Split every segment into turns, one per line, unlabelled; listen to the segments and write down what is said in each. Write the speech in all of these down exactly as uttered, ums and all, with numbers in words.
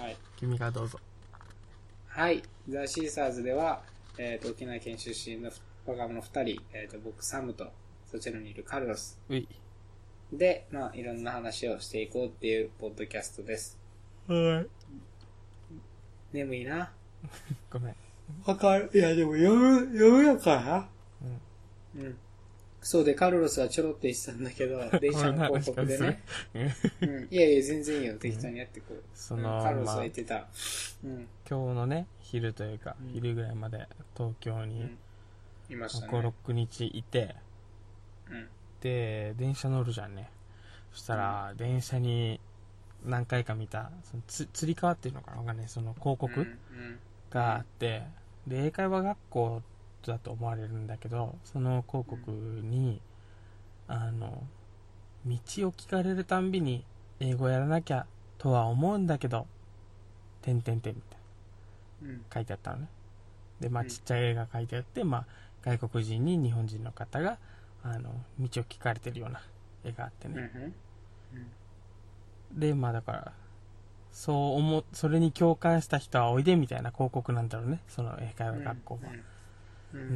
はい。
君がどうぞ。
はい。ザ・シーサーズでは、えっ、ー、と、沖縄県出身の若者二人、えっ、ー、と、僕、サムと、そちらにいるカルロス。
うい。
で、まあ、いろんな話をしていこうっていうポッドキャストです。
はい。
眠いな。
ごめん。
わかる。いや、でも夜、夜やから。うん。うん。そうで、カルロスはちょろっと言ってたんだけど、電車の広告でね。うん。いやいや、全然いいよ。適当にやってこう。
その、
うん、カルロスは言ってた。まあ、
うん。今日のね、昼というか、うん、昼ぐらいまで東京に、うん、
いましたね。
ご、ろくにちいて、うん。で、電車乗るじゃんね。そしたら、うん、電車に何回か見た、そのつ、つり革っていうのかなわかんない。その広告があって、うんうん、で、英会話学校だと思われるんだけど、その広告に、うん、あの、道を聞かれるたんびに英語やらなきゃとは思うんだけど、てんてんてんみたいな、うん、書いてあったのね。で、まあ、ちっちゃい絵が書いてあって、まあ、外国人に日本人の方が、あの、道を聞かれてるような絵があってね。うんうん、で、まあ、だから、そう思、それに共感した人はおいでみたいな広告なんだろうね。その英会話学校は。うん。うんうん、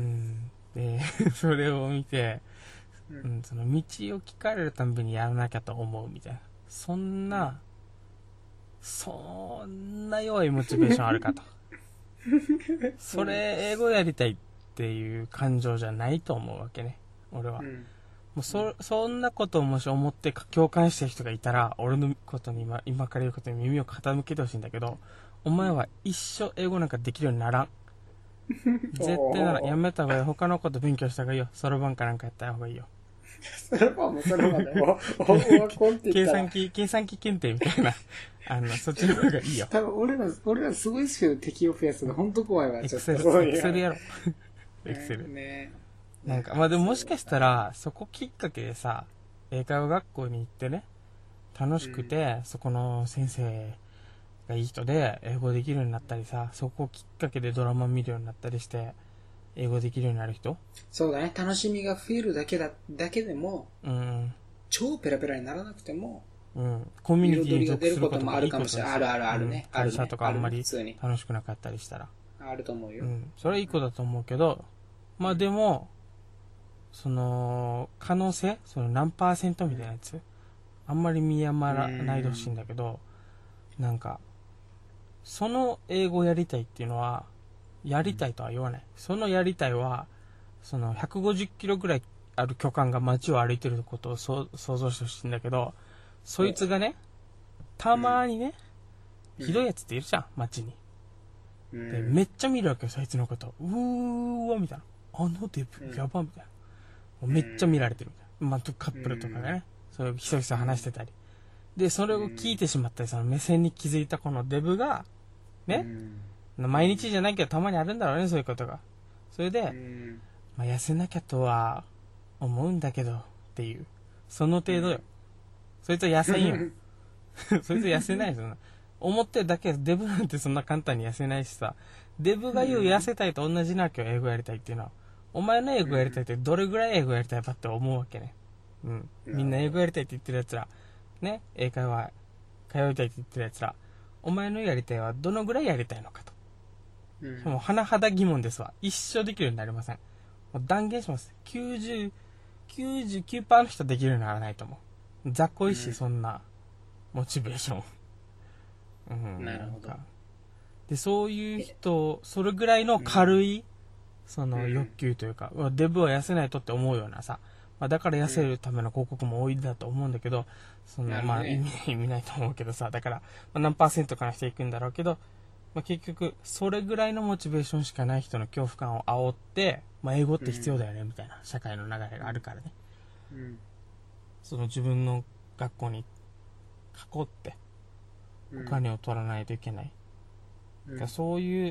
で、それを見て、うん、その道を聞かれるたんびにやらなきゃと思うみたいな。そんな、うん、そんな弱いモチベーションあるかと。それ、英語やりたいっていう感情じゃないと思うわけね。俺は。うん、もうそ、そんなことをもし思って共感してる人がいたら、俺のことに今、今から言うことに耳を傾けてほしいんだけど、お前は一生英語なんかできるようにならん。絶対ならやめた方がいい。他のこと勉強した方がいいよ。そろばんかなんかやった方がいいよ。
そろばんもそろばんでも、オワコンって言ったら。
計算機、計算機検定みたいな。あの、そっちの方がいいよ。
多分俺ら、俺らすごいですけど敵を増やすのほんと怖いわ。
エクセル、エクセルやろ。エクセル。
ね。
なんか、まあでももしかしたら、そこきっかけでさ、英会話学校に行ってね、楽しくて、うん、そこの先生がいい人で、英語できるようになったりさ、そこきっかけでドラマ見るようになったりして、英語できるようになる人？
そうだね。楽しみが増えるだけだ、だけでも、うん、超ペラペラにならなくても、
うん、コミュニティに属することも
あるかもしれない。あるあるあるね。
うん、会社とかあんまり楽しくなかったりしたら。
あると思うよ。
うん、それはいいことだと思うけど、まあでも、その、可能性その何パーセントみたいなやつ、あんまり見余らないでほしいんだけど、なんか、その英語やりたいっていうのは、やりたいとは言わない。そのやりたいは、そのひゃくごじゅっキロぐらいある巨漢が街を歩いてることを想像してほしいんだけど、そいつがね、たまーにね、うん、ひどいやつっているじゃん、街に。うん、で、めっちゃ見るわけよ、そいつのこと。うーわ、みたいな。あのデブ、やば、みたいな。もうめっちゃ見られてるみたいな。まあ、カップルとかがね、そういうひそひそ話してたり。で、それを聞いてしまったり、その目線に気づいたこのデブが、ね、毎日じゃないけどたまにあるんだろうね、そういうことが。それで、まあ、痩せなきゃとは思うんだけどっていう、その程度よ。そいつは痩せんよ。そいつは痩せないそんな。思ってるだけで、デブなんてそんな簡単に痩せないしさ、デブが言う痩せたいと同じなわけよ、英語やりたいっていうのは。お前の英語やりたいってどれぐらい英語やりたいかって思うわけね。うん。みんな英語やりたいって言ってるやつら、ね、英会話通いたいって言ってるやつら、お前のやりたいはどのぐらいやりたいのかと。うん、もう甚だ疑問ですわ。一生できるようになりません。もう断言します。きゅうじゅう、きゅうじゅうきゅうパーセントの人はできるようにならないと思う。雑魚いし、うん、そんなモチベーション。
うん、なるほど。
で、そういう人、それぐらいの軽い、うん、その欲求というか、うん、デブは痩せないとって思うようなさ、まあ、だから痩せるための広告も多いんだと思うんだけど、その、まあ意味、意味ないと思うけどさ、だから、まあ、何パーセントかの人いくんだろうけど、まあ、結局、それぐらいのモチベーションしかない人の恐怖感を煽って、まあ、英語って必要だよね、みたいな社会の流れがあるからね。うん、その自分の学校に囲って、お金を取らないといけない。うん、だからそういう、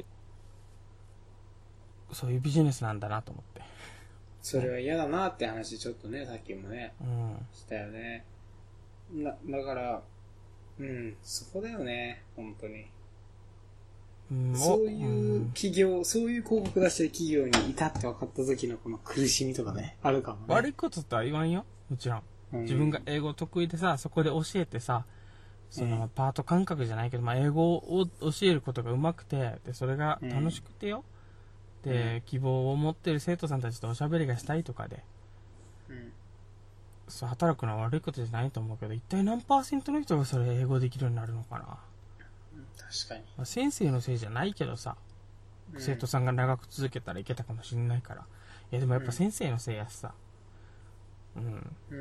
そういうビジネスなんだなと思って。
それは嫌だなって話ちょっとね、さっきもね、うん、したよね。な、だから、うん、そこだよね、本当に。うん、そういう企業、うん、そういう広告出してる企業にいたって分かった時のこの苦しみとかね、あるかもね。
悪いこととは言わんよ、もちろん。うん、自分が英語得意でさ、そこで教えてさ、 そのパート感覚じゃないけど、まあ、英語を教えることがうまくて、でそれが楽しくてよ、うん、で希望を持っている生徒さんたちとおしゃべりがしたいとかで、うん、そう働くのは悪いことじゃないと思うけど、一体何パーセントの人がそれ英語できるようになるのかな。
うん、確かに、
まあ、先生のせいじゃないけどさ、うん、生徒さんが長く続けたらいけたかもしれないから。いやでもやっぱ先生のせいやしさ、うん、うん、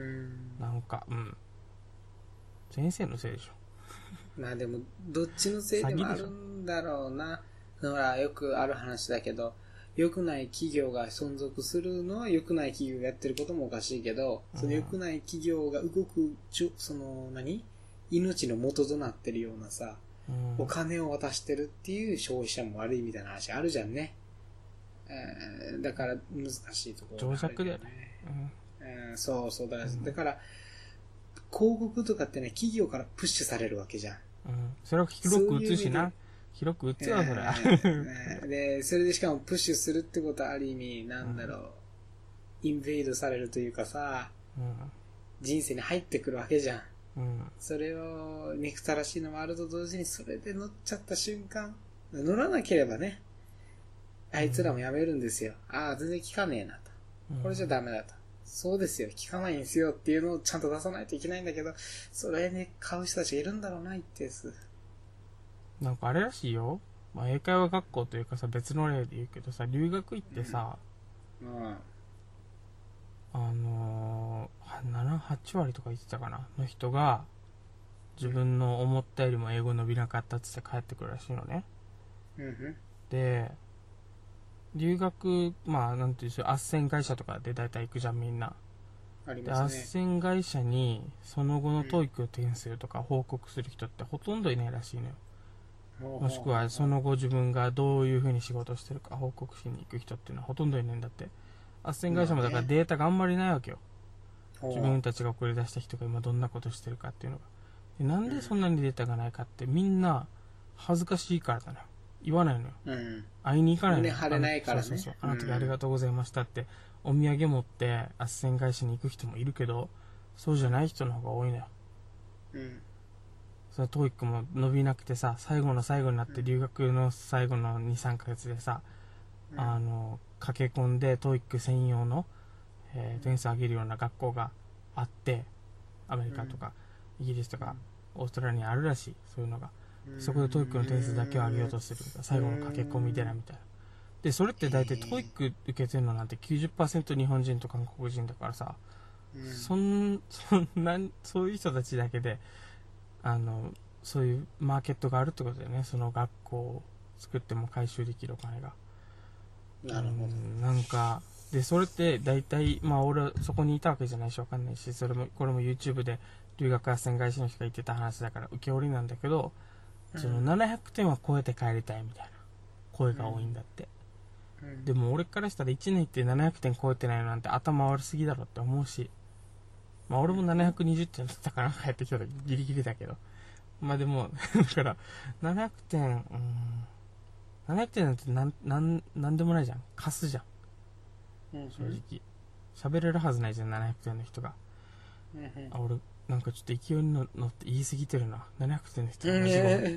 なんかうん先生のせいでしょ。
まあでもどっちのせいでもあるんだろうな。ほらよくある話だけど、良くない企業が存続するのは良くない企業がやってることもおかしいけど、その良くない企業が動くちょその何命の元となってるようなさ、うん、お金を渡してるっていう消費者も悪いみたいな話あるじゃんね。えー、だから難しいところ、
ね、情弱だよね。
うんえー、そうそうだから、うん、だから広告とかってね、企業からプッシュされるわけじゃん。
うん、それを広く打つしな。広く打つわ、それ。
えー、で、それでしかもプッシュするってことはある意味、なんだろう、うん、インベイドされるというかさ、うん、人生に入ってくるわけじゃん。うん、それを憎たらしいのもあると同時に、それで乗っちゃった瞬間、乗らなければね、あいつらもやめるんですよ。うん、ああ、全然効かねえなと。これじゃダメだと。そうですよ、聞かないんですよっていうのをちゃんと出さないといけないんだけど、それね、買う人たちがいるんだろうな、一定数。
なんかあれらしいよ。まあ、英会話学校というかさ、別の例で言うけどさ、留学行ってさ、うん。うん、あのー、なな、はち割とか言ってたかなの人が、自分の思ったよりも英語伸びなかったっつって帰ってくるらしいのね。うん、で、留学、まあ、なんていうんでしょう、斡旋会社とかで大体行くじゃん、みんな。
ありますね。
斡旋会社に、その後のトーイックの点数とか報告する人ってほとんどいないらしいのよ。もしくは、その後自分がどういう風に仕事をしてるか報告しに行く人っていうのはほとんどいないんだって。斡旋会社もだからデータがあんまりないわけよ。自分たちが送り出した人が今どんなことしてるかっていうのが。でなんでそんなにデータがないかって、みんな恥ずかしいからだな。言わないのよ。うん、会いに行かないのよ。
胸張れないからね。
そうそうそう。あの時ありがとうございましたってお土産持って斡旋会社に行く人もいるけど、そうじゃない人の方が多いのよ。うん。それトーイックも伸びなくてさ、最後の最後になって留学の最後のに、さんかげつでさ、うん、あの駆け込んでトーイック専用の、えー、点数上げるような学校があって、アメリカとか、うん、イギリスとか、オーストラリアにあるらしい、そういうのが。そこでトーイックの点数だけを上げようとする。最後の駆け込み寺みたいな。で、それって大体トーイック受けてるのなんて きゅうじゅっパーセント 日本人と韓国人だからさ、うん、そん、そんな、そういう人たちだけで、あの、そういうマーケットがあるってことだよね。その学校を作っても回収できるお金が。
なるほど。
うん、なんか、で、それって大体、まあ俺そこにいたわけじゃないしわかんないし、それも、これも YouTube で留学斡旋会社の人が言ってた話だから受け売りなんだけど、そのななひゃくてんは超えて帰りたいみたいな声が多いんだって、うんうん、でも俺からしたらいちねん行ってななひゃくてん超えてないのなんて頭悪すぎだろって思うし、まあ俺もななひゃくにじゅってんだったかな、帰ってきた時ギリギリだけど、まあでもだからななひゃくてん、うん、ななひゃくてんなんてなんなんなんでもないじゃん、カスじゃん、うん、正直喋れるはずないじゃんななひゃくてんの人が、うん、あ俺なんかちょっと勢いに乗って言い過ぎてるな。ななひゃくてんの人はマジで。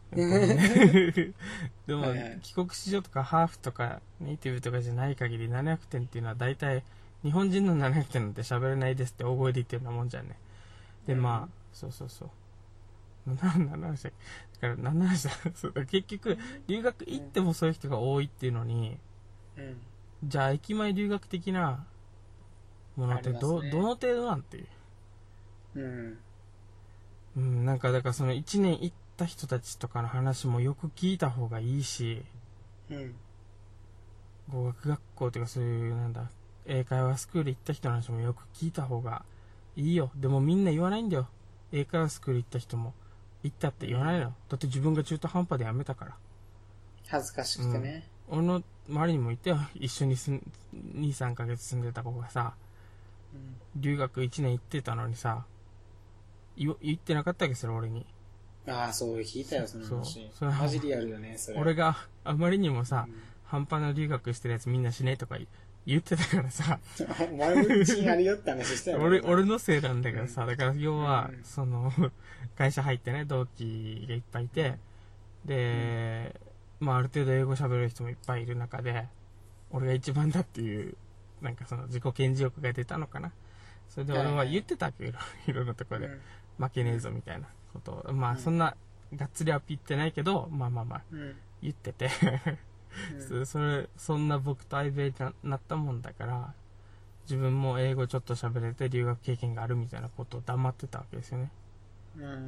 でも、はいはい、帰国子女とかハーフとかネイティブとかじゃない限りななひゃくてんっていうのは大体日本人のななひゃくてんなんて喋れないですって大声で言ってるようなもんじゃんね。で、うん、まあ、そうそうそう。何の話だっけだから何の話だそうだ結局、留学行ってもそういう人が多いっていうのに、うん、じゃあ駅前留学的なものってど、ね、どの程度なんていう。うん、うん、なんかだからそのいちねん行った人たちとかの話もよく聞いた方がいいし、うん、語学学校というかそういうなんだ英会話スクール行った人の話もよく聞いた方がいいよ。でもみんな言わないんだよ。英会話スクール行った人も行ったって言わないのよ、うん、だって自分が中途半端で辞めたから。
恥ずかしくてね、
うん、俺の周りにもいたよ、一緒に住んに、さんかげつ住んでた子がさ、うん、留学いちねん行ってたのにさ言ってなかったわけそれ俺に。
ああ、そう聞いたよその話。それマジリアルよねそれ。
俺があまりにもさ、うん、半端な留学してるやつみんなしねえとか言ってたからさ。
お前も自信あるよって話したよね。
俺、俺のせいなんだけどさ、
うん、
だから要は、
うん、
その、会社入ってね、同期がいっぱいいて、で、うん、まあある程度英語喋る人もいっぱいいる中で、俺が一番だっていう、なんかその自己顕示欲が出たのかな。それで俺は言ってたわけど、いろんなところで、うん、負けねえぞみたいなことを、まあそんな、がっつりアピってないけど、まあまあまあ、うん、言ってて、うん、それ、そんな僕と相部屋になったもんだから、自分も英語ちょっと喋れて留学経験があるみたいなことを黙ってたわけですよね。うん。うん、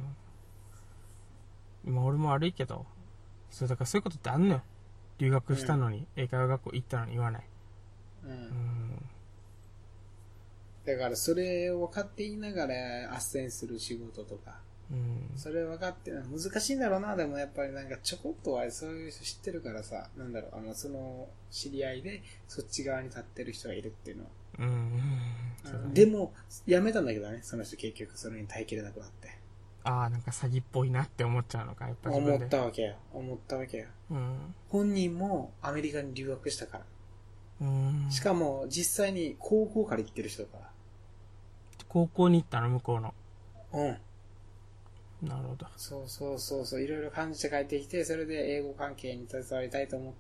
今俺も悪いけど、それだからそういうことってあんのよ。留学したのに、うん、英会話学校行ったのに言わない。うん。うん、
だからそれを分かっていながら斡旋する仕事とか、うん、それ分かって難しいんだろうな。でもやっぱりなんかちょこっとはそういう人知ってるからさ、なんだろう、あのその知り合いでそっち側に立ってる人がいるっていうのは、うんうん、でもやめたんだけどね、その人結局それに耐えきれなくなって、
ああなんか詐欺っぽいなって思っちゃうのか、やっぱり
思ったわけよ思ったわけよ、うん、本人もアメリカに留学したから、うん、しかも実際に高校から行ってる人だから。
高校に行ったの向こうの。
うん。
なるほど。
そうそうそうそう、いろいろ感じて帰ってきて、それで英語関係に携わりたいと思って、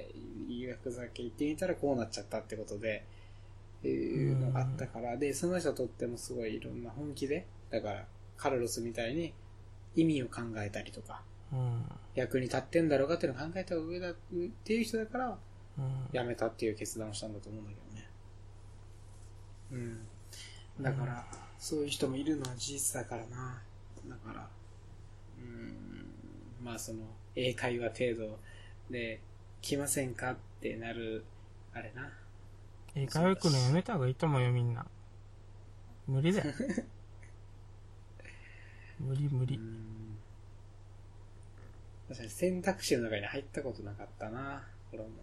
留学先行ってみたらこうなっちゃったってことで、いうのがあったから、で、その人とってもすごいいろんな本気で、だから、カルロスみたいに意味を考えたりとか、うん、役に立ってんだろうかっていうのを考えた上だっていう人だから、うん、辞めたっていう決断をしたんだと思うんだけどね。うん。だから、うん、そういう人もいるのは事実だからな。だから、うーん、まあその、英会話程度で来ませんかってなる、あれな。
英会話行くのやめた方がいいと思うよ、みんな。無理だよ。無理無理。
確かに選択肢の中に入ったことなかったな、これも。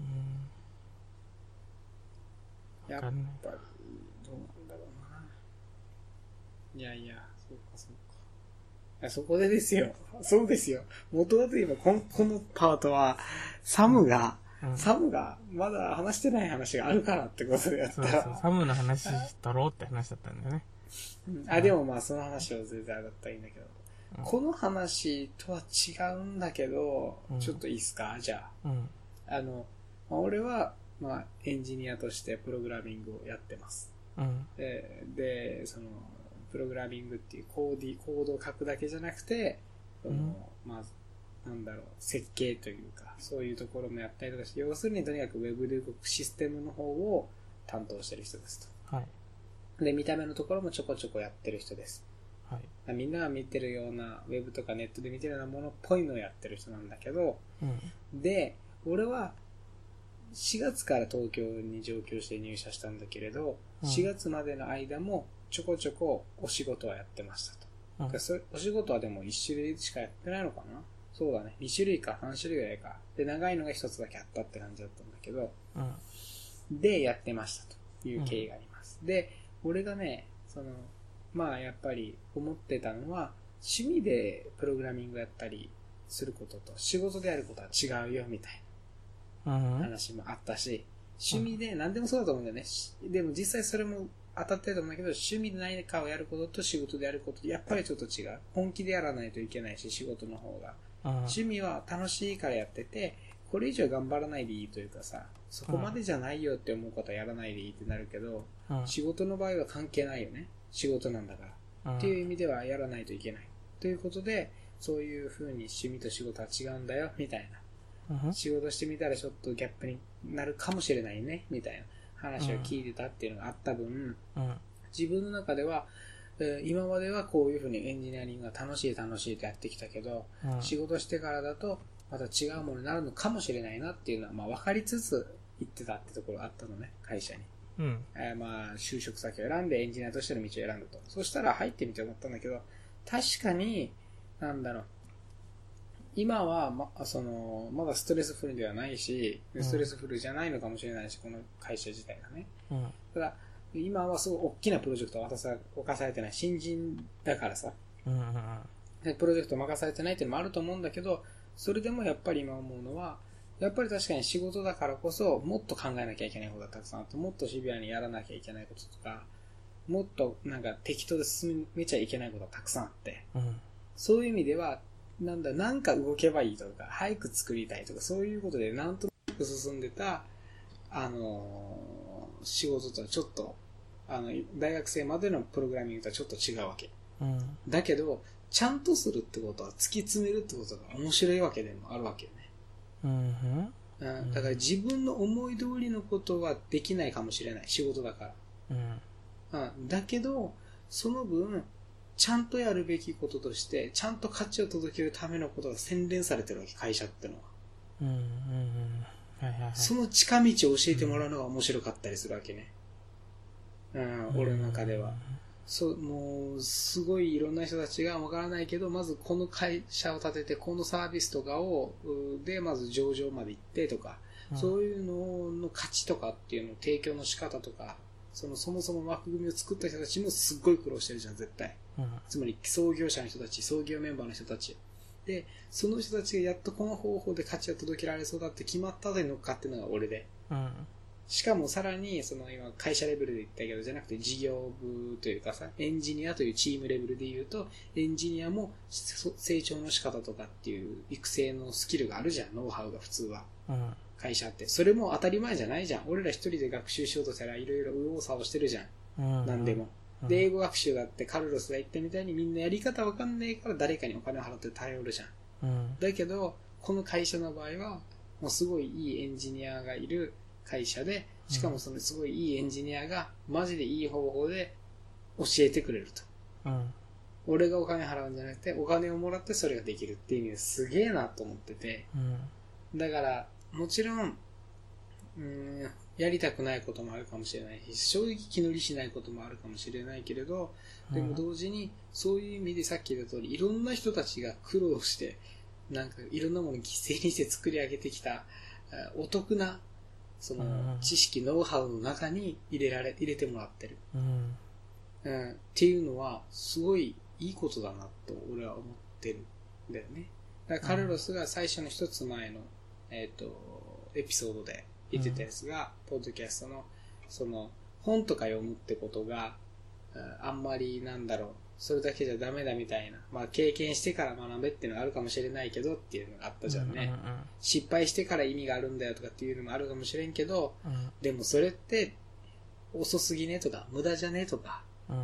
うん。やっぱり、どうなんだろうな。いやいや、そうかそうか。そこでですよ。そうですよ。元はといえばこの、このパートは、サムが、うん、サムがまだ話してない話があるからってことでやったら。そうそう、
サムの話しとろうって話だったんだよね。
あ、でもまあその話を全然あだったらいいんだけど、うん、この話とは違うんだけど、うん、ちょっといいっすか、じゃあ。うん、あの、まあ、俺は、まあ、エンジニアとしてプログラミングをやってます。うん、で, で、その、プログラミングっていうコーディ、コードを書くだけじゃなくて、その、うん、まあ、なんだろう、設計というか、そういうところもやったりとかして、要するにとにかく Web で動くシステムの方を担当してる人ですと。はい。で、見た目のところもちょこちょこやってる人です。はい。みんなが見てるような、ウェブとかネットで見てるようなものっぽいのをやってる人なんだけど、うん、で、俺はしがつから東京に上京して入社したんだけれど、うん、しがつまでの間もちょこちょこお仕事はやってましたと。うん、そお仕事はでもいち種類しかやってないのかな？そうだね。に種類かさん種類ぐらいか。で、長いのがひとつだけあったって感じだったんだけど、うん、で、やってましたという経緯があります。うん、で、俺がね、その、まあやっぱり思ってたのは、趣味でプログラミングやったりすることと仕事でやることは違うよみたいな話もあったし、趣味で何でもそうだと思うんだよね。でも実際それも当たってると思うんだけど、趣味で何かをやることと仕事でやることやっぱりちょっと違う。本気でやらないといけないし、仕事の方が。趣味は楽しいからやってて、これ以上頑張らないでいいというかさ、そこまでじゃないよって思うことはやらないでいいってなるけど、うん、仕事の場合は関係ないよね。仕事なんだから、うん、っていう意味ではやらないといけないということで、そういう風に趣味と仕事は違うんだよみたいな、うん、仕事してみたらちょっとギャップになるかもしれないねみたいな話を聞いてたっていうのがあった分、うん、自分の中では、えー、今まではこういう風にエンジニアリングが楽しい楽しいとやってきたけど、うん、仕事してからだとまた違うものになるのかもしれないなっていうのは、まあ、分かりつつ言ってたってところがあったのね、会社に。うん、えー、まあ、就職先を選んでエンジニアとしての道を選んだと。そしたら入ってみて思ったんだけど、確かに、なんだろう、今は、ま、その、まだストレスフルではないし、ストレスフルじゃないのかもしれないし、この会社自体がね。うん、ただ、今はすごい大きなプロジェクトを渡さ、任されてない。新人だからさ、うんうんうん、プロジェクトを任されてないっていうのもあると思うんだけど、それでもやっぱり今思うのは、 やっぱり確かに仕事だからこそ、もっと考えなきゃいけないことがたくさんあって、もっとシビアにやらなきゃいけないこととか、もっとなんか適当で進めちゃいけないことがたくさんあって、
うん、
そういう意味では、なんだ、なんか動けばいいとか、早く作りたいとか、そういうことでなんとなく進んでた、あのー、仕事とはちょっと、あの、大学生までのプログラミングとはちょっと違うわけ。
うん、
だけど、ちゃんとするってことは突き詰めるってことが面白いわけでもあるわけよね。
うん
うん、だから自分の思い通りのことはできないかもしれない。仕事だから。うん、だけど、その分、ちゃんとやるべきこととして、ちゃんと価値を届けるためのことが洗練されてるわけ、会社ってのは。
うんうんうんはいはいはい、
その近道を教えてもらうのが面白かったりするわけね。うん、うん、俺の中では。そう、もう、すごいいろんな人たちがわからないけど、まずこの会社を立てて、このサービスとかを、で、まず上場まで行ってとか、うん、そういうのの価値とかっていうのを提供の仕方とか、そのそもそも枠組みを作った人たちもすっごい苦労してるじゃん、絶対。うん、つまり、創業者の人たち、創業メンバーの人たち。で、その人たちがやっとこの方法で価値を届けられそうだって決まった後に乗っかってるのが俺で。うんしかもさらに、その今会社レベルで言ったけど、じゃなくて事業部というかさ、エンジニアというチームレベルで言うと、エンジニアも成長の仕方とかっていう育成のスキルがあるじゃん、ノウハウが普通は。うん、会社って。それも当たり前じゃないじゃん。俺ら一人で学習しようとしたらいろいろ右往左往してるじゃん。うん、何でも。で、英語学習だってカルロスが言ったみたいにみんなやり方わかんないから誰かにお金を払って頼るじゃん。うん、だけど、この会社の場合は、もうすごいいいエンジニアがいる会社で、しかもそのすごいいいエンジニアがマジでいい方法で教えてくれると。うん、俺がお金払うんじゃなくて、お金をもらってそれができるっていう意味ですげえなと思ってて。うん、だから、もちろん、うーん、やりたくないこともあるかもしれないし、正直気乗りしないこともあるかもしれないけれど、でも同時に、そういう意味でさっき言った通り、いろんな人たちが苦労して、なんかいろんなものを犠牲にして作り上げてきた、お得な、その知識、ノウハウの中に入れられ、入れてもらってる。うんうん、っていうのは、すごいいいことだなと俺は思ってるんだよね。だからカルロスが最初の一つ前の、えっと、エピソードで言ってたやつが、うん、ポッドキャストの、その、本とか読むってことが、あんまりなんだろう、それだけじゃダメだみたいな。まあ経験してから学べっていうのがあるかもしれないけどっていうのがあったじゃんね。うんうんうん、失敗してから意味があるんだよとかっていうのもあるかもしれんけど、うん、でもそれって遅すぎねとか、無駄じゃねとか、うん、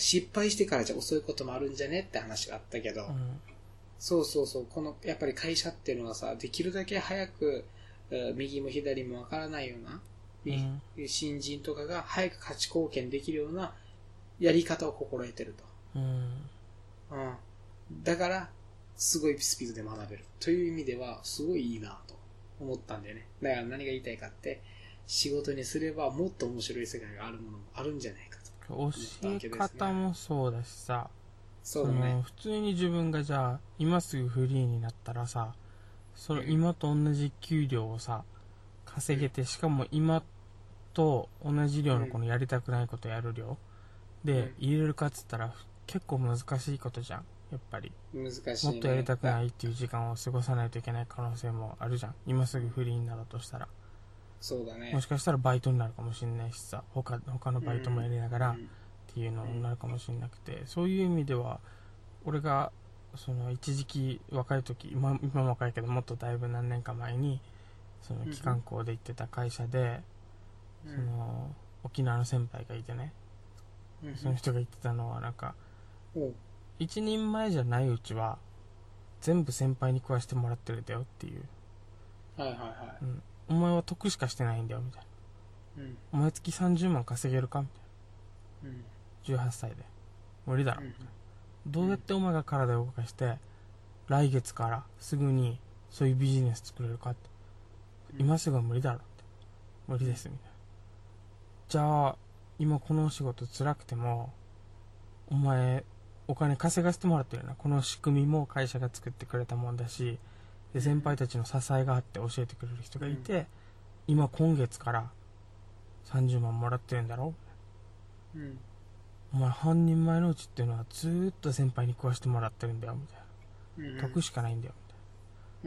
失敗してからじゃ遅いこともあるんじゃねって話があったけど、うん、そうそうそう、このやっぱり会社っていうのはさ、できるだけ早く右も左もわからないような、うん、新人とかが早く価値貢献できるようなやり方を心得てると。うんうん、だからすごいスピードで学べるという意味ではすごいいいなと思ったんだよね。だから何が言いたいかって、仕事にすればもっと面白い世界があるものもあるんじゃないかと思ったわけですね。
教え方もそうだしさ、
そうだね、
普通に自分がじゃあ今すぐフリーになったらさ、その今と同じ給料をさ稼げて、しかも今と同じ量のこのやりたくないことやる量で入れるかっつったら結構難しいことじゃん、やっぱり。
難しいね。
もっとやりたくないっていう時間を過ごさないといけない可能性もあるじゃん、今すぐフリーになろうとしたら。
そうだね。
もしかしたらバイトになるかもしれないしさ、他他のバイトもやりながらっていうのになるかもしれなくて、そういう意味では俺がその一時期若い時、今今も若いけどもっとだいぶ何年か前にその機関校で行ってた会社で、その沖縄の先輩がいてね、その人が言ってたのはなんか、一人前じゃないうちは全部先輩に食わしてもらってるんだよっていう。
はいはいはい。
うん、お前は得しかしてないんだよみたいな。うん、お前月さんじゅうまん稼げるかみたいな。うん、じゅうはっさいで無理だろみたいな。うん、どうやってお前が体を動かして来月からすぐにそういうビジネス作れるかって。うん、今すぐは無理だろって。無理ですみたいな。じゃあ今この仕事辛くてもお前お金稼がせてもらってるな、この仕組みも会社が作ってくれたもんだし、で先輩たちの支えがあって教えてくれる人がいて、うん、今今月からさんじゅうまんもらってるんだろ、うん、お前半人前のうちっていうのはずーっと先輩に食わしてもらってるんだよみたいな、うん、得しかないんだよみたいな、うん、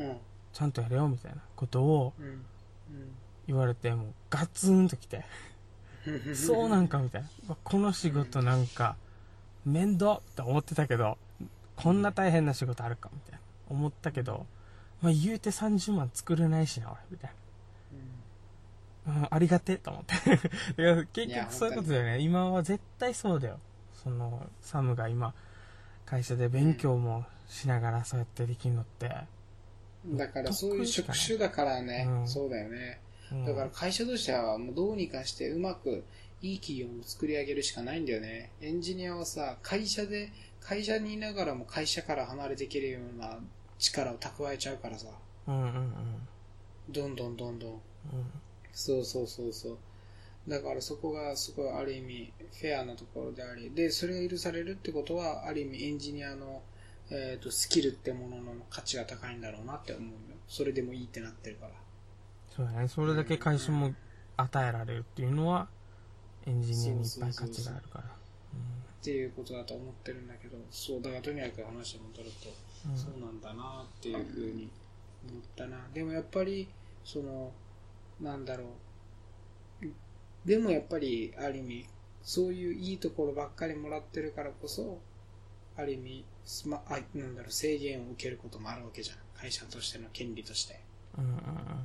ちゃんとやれよみたいなことを言われて、もうガツンときてそうなんかみたいな、この仕事なんか面倒って思ってたけど、こんな大変な仕事あるかみたいな思ったけど、まあ、言うてさんじゅうまん作れないしな俺みたいな、うん、ありがてえと思っていや結局そういうことだよね。今は絶対そうだよ。そのサムが今会社で勉強もしながらそうやってできるのって、
うん、だからそういう職種だからね、うん、そうだよね、うん、だから会社としてはもうどうにかしてうまくいい企業を作り上げるしかないんだよね。エンジニアはさ、会社で会社にいながらも会社から離れていけるような力を蓄えちゃうからさ、
うんうんうん、
どんどんどんどん、うん、そうそうそうそう。だからそこがすごいある意味フェアなところであり、でそれが許されるってことはある意味エンジニアの、えーと、スキルってものの価値が高いんだろうなって思うよ。それでもいいってなってるから。
そうだね。それだけ会社も与えられるっていうのはエンジニアにいっぱい価値があるから、
っていうことだと思ってるんだけど、そうだからとにかく話を戻ると、うん、そうなんだなっていうふうに思ったな。でもやっぱりそのなんだろう、でもやっぱりある意味そういういいところばっかりもらってるからこそ、ある意味まあなんだろう制限を受けることもあるわけじゃん、会社としての権利として。
うんうんうん、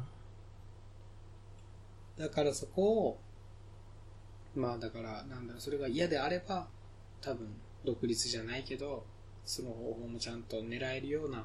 だからそこをまあだからなんだろう、それが嫌であれば多分独立じゃないけどその方法もちゃんと狙えるような、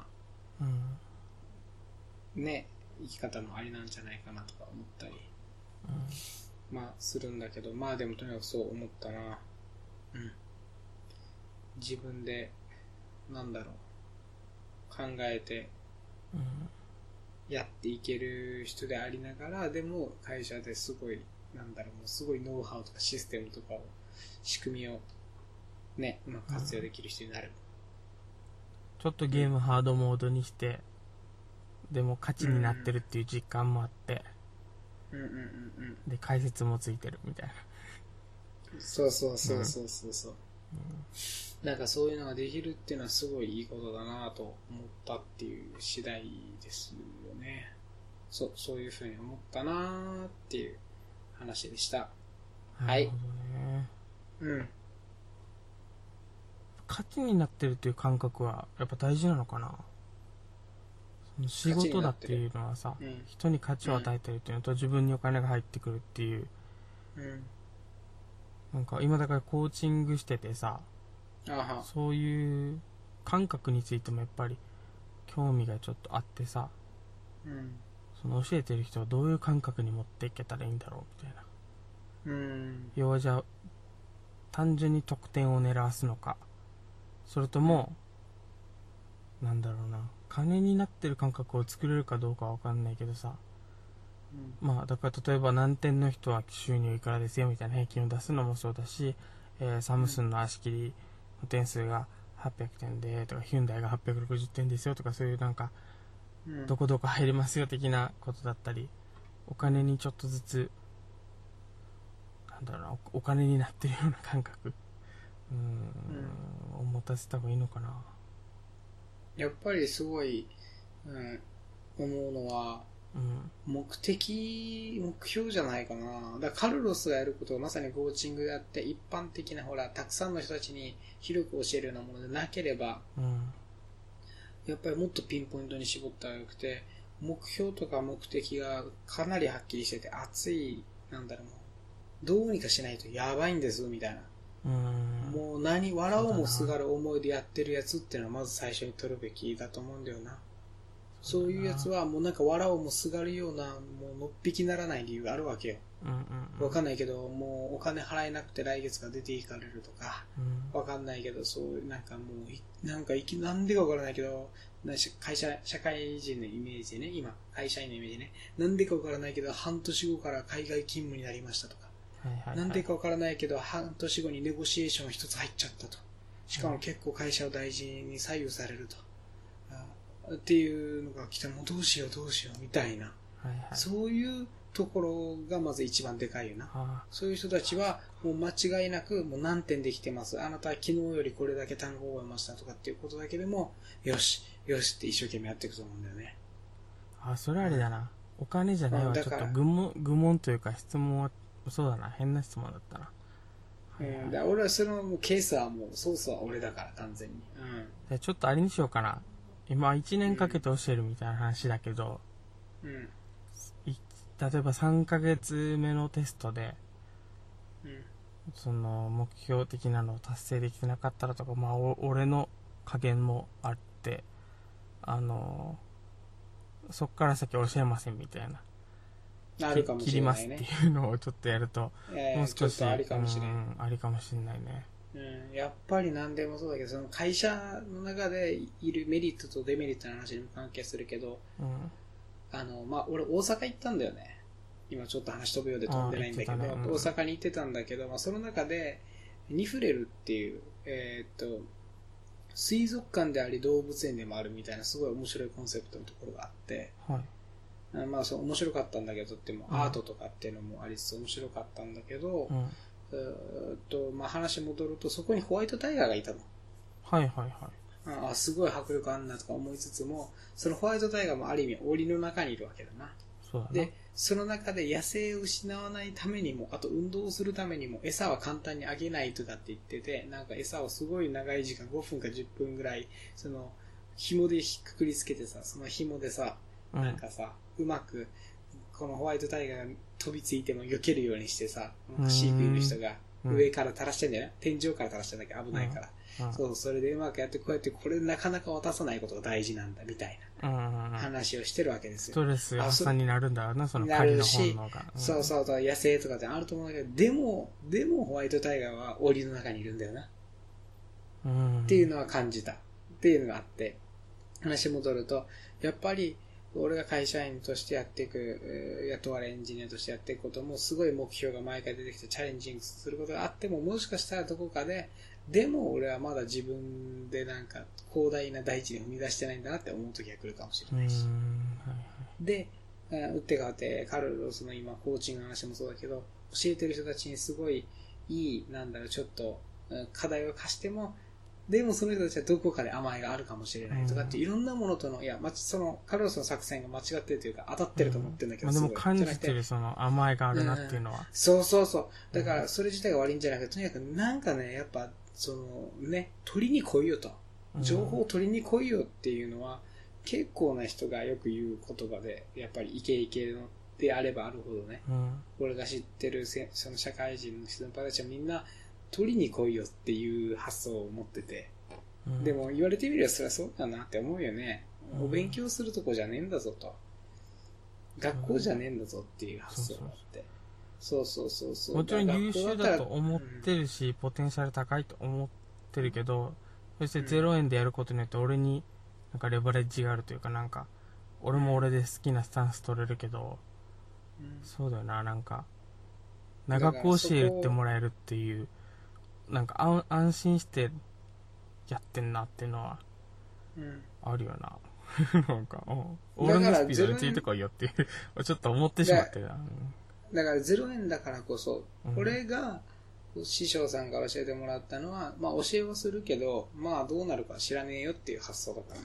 うん、ね生き方もありなんじゃないかなとか思ったり、うん、まあするんだけど、まあでもとにかくそう思ったな。うん。自分でなんだろう考えてやっていける人でありながら、でも会社ですごいなんだろう、もうすごいノウハウとかシステムとかを仕組みをね、うまく活用できる人になる、うん、
ちょっとゲームハードモードにして、うん、でも勝ちになってるっていう実感もあって、
うんうんうんうん、
で解説もついてるみたいな。
そうそうそうそうそうそう、うん、なんかそういうのができるっていうのはすごいいいことだなと思ったっていう次第ですよね。そう、そういうふうに思ったなっていう話でした。はい。うん。
価値になってるっていう感覚はやっぱ大事なのかな。その仕事だっていうのはさ、うん、人に価値を与えてるっていうのと、うん、自分にお金が入ってくるっていう、うん、なんか今だからコーチングしててさ、
あは
そういう感覚についてもやっぱり興味がちょっとあってさ、うん、その教えてる人はどういう感覚に持っていけたらいいんだろうみたいな、うん、要はじゃあ単純に得点を狙わすのか、それとも、うん、なんだろうな、金になってる感覚を作れるかどうかは分かんないけどさ、うん、まあだから例えば何点の人は収入いくらですよみたいな平均を出すのもそうだし、えー、サムスンの足切りの点数がはっぴゃくてんでとか、ヒュンダイがはっぴゃくろくじゅってんですよとか、そういうなんか、うん、どこどこ入りますよ的なことだったり、お金にちょっとずつなんだろうな、お金になってるような感覚、うーん、うん、を持たせた方がいいのかな。
やっぱりすごい、うん、思うのは、うん、目的目標じゃないかな。だからカルロスがやることはまさにコーチングであって、一般的なほらたくさんの人たちに広く教えるようなものでなければ、うん、やっぱりもっとピンポイントに絞ったらよくて、目標とか目的がかなりはっきりしてて、熱い、なんだろう、どうにかしないとやばいんですみたいな、うん、もう何笑おうもすがる思いでやってるやつっていうのはまず最初に取るべきだと思うんだよな。そういうやつはもうなんか笑おうもすがるような、もうのっぴきならない理由があるわけよ、うんうんうん、わかんないけどもうお金払えなくて来月が出ていかれるとか、うん、わかんないけど、そういうなんかもうなんかいきなんでかわからないけど、会社社会人のイメージでね、今会社員のイメージね、なんでかわからないけど半年後から海外勤務になりましたとか、はいはいはい、なんでかわからないけど半年後にネゴシエーション一つ入っちゃったと、しかも結構会社を大事に左右されると、っていうのが来てもどうしようどうしようみたいな、はいはい、そういうところがまず一番でかいよな。そういう人たちはもう間違いなくもう何点できてます、あなたは昨日よりこれだけ単語を覚えましたとかっていうことだけでもよしよしって一生懸命やっていくと思うんだよね。
あ、それあれだな。お金じゃないわ。ちょっと愚問、愚問というか質問は、そうだな。変な質問だったな。
うん、だ俺はそのケースはもうソースは俺だから完全に。
うん。ちょっとあれにしようかな。今いちねんかけて教えるみたいな話だけど、
うん。
例えばさんかげつめのテストで、
うん、
その目標的なのを達成できてなかったらとか、まあお俺の加減もあって、あのー、そっから先教えませんみたいな。
あるかもしれないね。
切りますっていうのをちょっとやると、もう少し
ありかもしれない。うん、
ありかもしれないね。
うん、やっぱり何でもそうだけど、その会社の中でいるメリットとデメリットの話にも関係するけど、うん、あの、まあ、俺大阪行ったんだよね。今ちょっと話飛ぶようで飛んでないんだけど、ねうん、大阪に行ってたんだけど、まあ、その中でニフレルっていう、えー、っと水族館であり動物園でもあるみたいなすごい面白いコンセプトのところがあって、はい、まあそう面白かったんだけど、とってもアートとかっていうのもありつつ面白かったんだけど、うん、うとまあ、話戻るとそこにホワイトタイガーがいたの。
はいはいはい。
あすごい迫力あんなとか思いつつも、そのホワイトタイガーもある意味檻の中にいるわけだな。
そうだな。
でその中で野生を失わないためにも、あと運動するためにも餌は簡単にあげないとかって言ってて、なんか餌をすごい長い時間ごふんかじゅっぷんぐらいその紐でくくりつけてさ、その紐でさ、うん、なんかさうまくこのホワイトタイガーが飛びついても避けるようにしてさ、飼育員の人が上から垂らしてんじゃない、天井から垂らしてんだけど危ないから、うんうん、そうそれでうまくやってこうやってこれなかなか渡さないことが大事なんだみたいな話をしてるわけですよ。
ストレス発散になるんだろうな、その狩りの本能が、
うん、そうそうそう、野生とかってあると思うんだけど、でもでもホワイトタイガーは檻の中にいるんだよな、うん、っていうのは感じたっていうのがあって、話戻るとやっぱり俺が会社員としてやっていく、雇われエンジニアとしてやっていくこともすごい目標が毎回出てきてチャレンジングすることがあっても、もしかしたらどこかででも俺はまだ自分でなんか広大な大地に踏み出してないんだなって思う時が来るかもしれないし、で打って変わってカルロスの今コーチングの話もそうだけど、教えてる人たちにすごいいいなんだろうちょっと課題を課しても、でもその人たちはどこかで甘えがあるかもしれないとかって、いろんなものとの、いや、そのカルロスの作戦が間違ってるというか当たってると思ってるんだけど、
うん、まあ、でも感じてるその甘えがあるなっていうのは、うん、
そうそうそう。だからそれ自体が悪いんじゃなくて、とにかくなんかね、やっぱそのね、取りに来いよと、情報を取りに来いよっていうのは、結構な人がよく言う言葉で、やっぱりイケイケのであればあるほどね、うん、俺が知ってるその社会人の人たちはみんな取りに来いよっていう発想を持ってて、うん、でも言われてみればそりゃそうだなって思うよね、うん、お勉強するとこじゃねえんだぞと、学校じゃねえんだぞっていう発想があって、そうそうそうそう、
もちろん優秀だと思ってるし、うん、ポテンシャル高いと思ってるけど、そしてゼロえんでやることによって俺になんかレバレッジがあるというか、なんか俺も俺で好きなスタンス取れるけど、うん、そうだよな、なんか長く教えてもらえるっていう、なんか安心してやってんなっていうのはあるよな、うん、なんか俺のスピードについてこいよっていうちょっと思ってしまってな。
だ, だからゼロえんだからこそ、これが師匠さんが教えてもらったのは、まあ教えはするけど、まあどうなるか知らねえよっていう発想だから。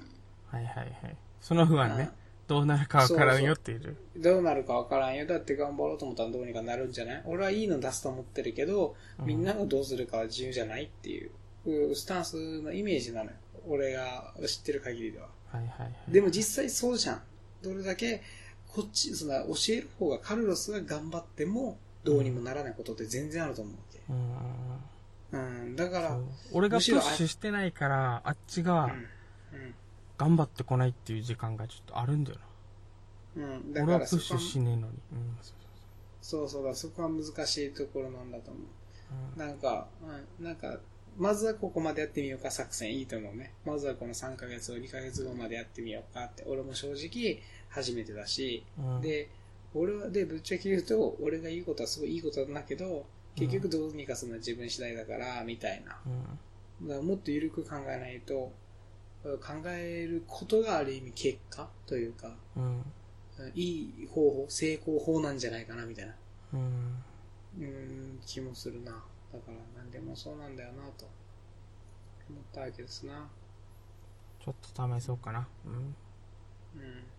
はいはいはい。その不安ね。どうなるかわからんよっていう。そう
そう、どうなるかわからんよ。だって頑張ろうと思ったらどうにかなるんじゃない？俺はいいの出すと思ってるけど、みんながどうするかは自由じゃないっていうスタンスのイメージなのよ。俺が知ってる限りでは。
はいはいはい。
でも実際そうじゃん。どれだけこっち、その教える方がカルロスが頑張ってもどうにもならないことって全然あると思うわけ。うん。うん。だから、
俺がプッシュしてないから、あっちが、うんうん、頑張ってこないっていう時間がちょっとあるんだよな。うん。だから俺はプッシュしねえのに。うん、
そうそうだ、そこは難しいところなんだと思う。うん、なんか、うん、なんか、まずはここまでやってみようか作戦いいと思うね。まずはこのさんかげつをにかげつごまでやってみようかって。俺も正直初めてだし、うん、で、俺は、で、ぶっちゃけ言うと、俺が言うことはすごいいいことなんだけど、結局どうにかするのは自分次第だから、みたいな。うん、だからもっと緩く考えないと、考えることがある意味結果というか、うん、いい方法、成功法なんじゃないかな、みたいな。うん、うーん気もするな。だから何でもそうなんだよなと思ったわけですな。
ちょっと試そうかな。うん。
うん。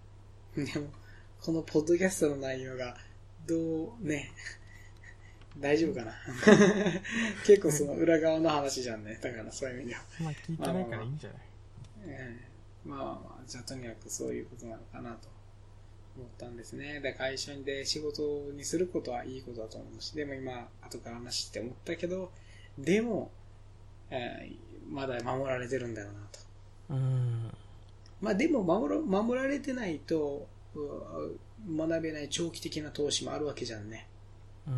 でも、このポッドキャストの内容が、どう、ね、大丈夫かな結構その裏側の話じゃんね。だからそういう意味では。
まあ聞いてないからいいんじゃない、
ええ、まあまあまあ、じゃあとにかくそういうことなのかなと思ったんですね。で、会社で仕事にすることはいいことだと思うし、でも今、後から話して思ったけど、でも、えー、まだ守られてるんだろうなと。
うん。
まあでも守ら、守られてないと、学べない長期的な投資もあるわけじゃんね。
うん、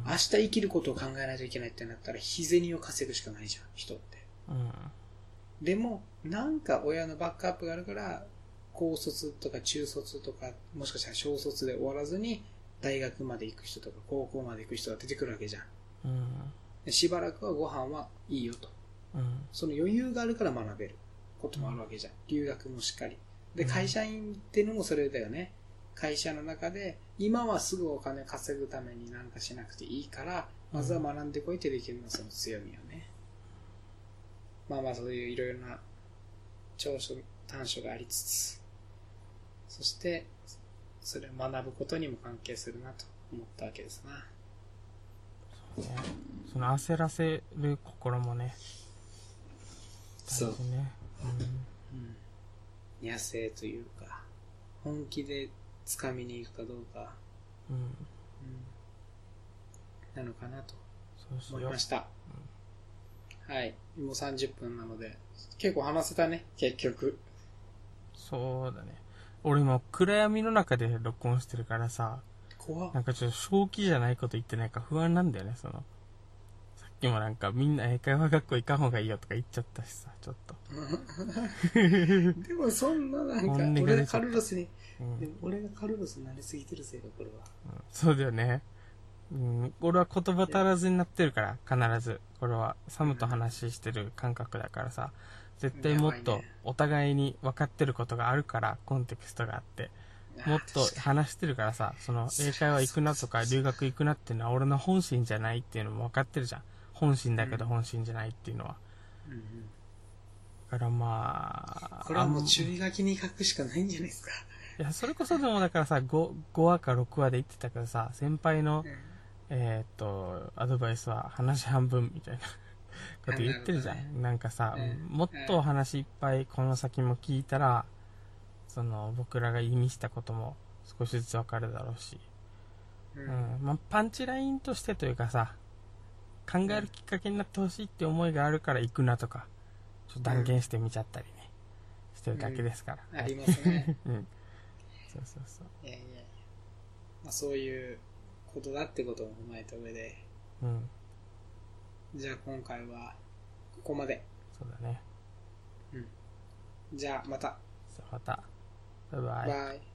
明日生きることを考えないといけないってなったら日銭を稼ぐしかないじゃん、人って。
うん、
でもなんか親のバックアップがあるから高卒とか中卒とかもしかしたら小卒で終わらずに大学まで行く人とか高校まで行く人が出てくるわけじゃん、うん、でしばらくはご飯はいいよと、うん、その余裕があるから学べることもあるわけじゃん、うん、留学もしっかりで会社員っていうのもそれだよね。会社の中で今はすぐお金稼ぐために何かしなくていいからまずは学んでこいってできるのはその強みよね。まあまあそういういろいろな長所短所がありつつ、そしてそれを学ぶことにも関係するなと思ったわけですな。
そうね、その焦らせる心もね、
そう
大事ね、
うん、野生というか本気で掴みに行くかどうか、うんうん、なのかなと思いました。うん、はい、もうさんじゅっぷんなので結構話せたね結局。
そうだね。俺今暗闇の中で録音してるからさ、
怖っ。
なんかちょっと正気じゃないこと言ってないか不安なんだよね。そのさっきもなんかみんな英会話学校行かん方がいいよとか言っちゃったしさ、ちょっと
でもそんななんか俺がカルロスに、うん、でも俺がカルロスになりすぎてるせいだこれは、
うん、そうだよね、うん、俺は言葉足らずになってるから必ずこれはサムと話してる感覚だからさ、絶対もっとお互いに分かってることがあるからコンテクストがあってもっと話してるからさ、その英会話行くなとか留学行くなっていうのは俺の本心じゃないっていうのも分かってるじゃん。本心だけど本心じゃないっていうのは、うんうん、だからまあ
これはもう注意書きに書くしかないんじゃないですか。
いやそれこそでもだからさ 5, 5話かろくわで言ってたけどさ、先輩の、うん、えー、っとアドバイスは話半分みたいなこと言ってるじゃん、ね、なんかさ、うん、もっとお話いっぱいこの先も聞いたらその僕らが意味したことも少しずつわかるだろうし、うんうんまあ、パンチラインとしてというかさ、考えるきっかけになってほしいって思いがあるから行くなとかちょっと断言してみちゃったりね、うん、してるだけですから、
うん、ありますね、
うん、そうそうそう、
いやいや、まあ、そういうことだってことを踏まえた上で、うん、じゃあ今回はここまで。
そうだね、
うん、じゃあまた。
またバイバイ。
バイ。